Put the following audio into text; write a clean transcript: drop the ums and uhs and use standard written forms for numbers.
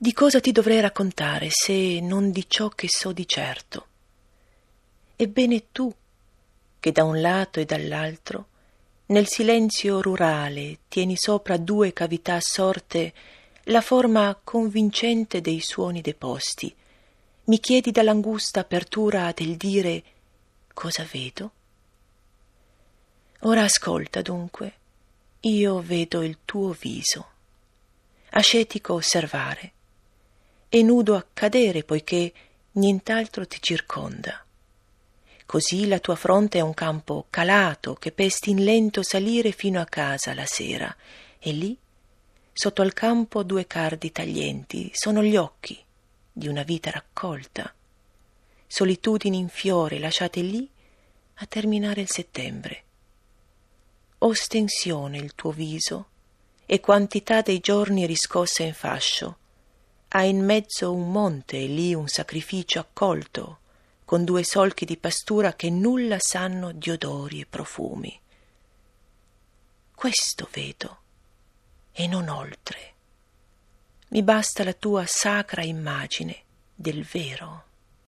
Di cosa ti dovrei raccontare se non di ciò che so di certo? Ebbene tu, che da un lato e dall'altro, nel silenzio rurale, tieni sopra due cavità sorte la forma convincente dei suoni deposti, mi chiedi dall'angusta apertura del dire cosa vedo? Ora ascolta dunque, io vedo il tuo viso, ascetico osservare, e nudo a cadere poiché nient'altro ti circonda. Così la tua fronte è un campo calato che pesti in lento salire fino a casa la sera, e lì, sotto al campo due cardi taglienti, sono gli occhi di una vita raccolta, solitudini in fiore lasciate lì a terminare il settembre. Ostensione il tuo viso e quantità dei giorni riscossa in fascio, ha in mezzo un monte e lì un sacrificio accolto, con due solchi di pastura che nulla sanno di odori e profumi. Questo vedo, e non oltre. Mi basta la tua sacra immagine del vero.